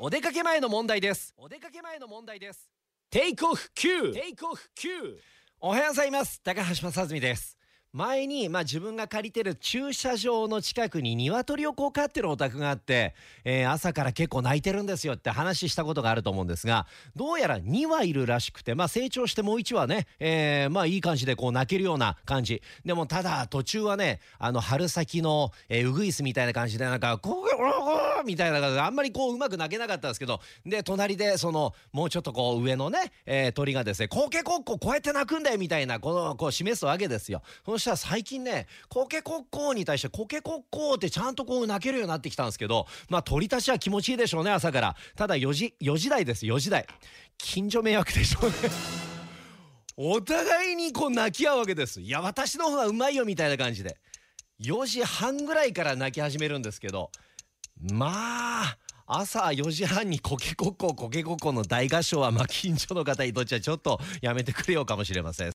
お出かけ前の問題です。テイクオフ Q。 おはようございます。高橋正澄です。前に、自分が借りてる駐車場の近くに鶏を飼ってるお宅があって、朝から結構鳴いてるんですよって話したことがあると思うんですが、どうやら2羽いるらしくて、成長してもう1羽ね、いい感じで鳴けるような感じ。でもただ途中はね、春先の、ウグイスみたいな感じでみたいな、あんまりうまく鳴けなかったんですけど、で隣でもうちょっと上のね、鳥がですね、コケコッコこうやって鳴くんだよみたいな示すわけですよ。そしたら最近ね、コケコッコーに対してコケコッコーってちゃんと鳴けるようになってきたんですけど、鳥たちは気持ちいいでしょうね、朝から。ただ4時台です。4時台近所迷惑でしょうね。お互いに鳴き合うわけです。いや、私の方がうまいよみたいな感じで4時半ぐらいから鳴き始めるんですけど、朝4時半にコケコッコの大合唱は近所の方にとっちゃちょっとやめてくれようかもしれません。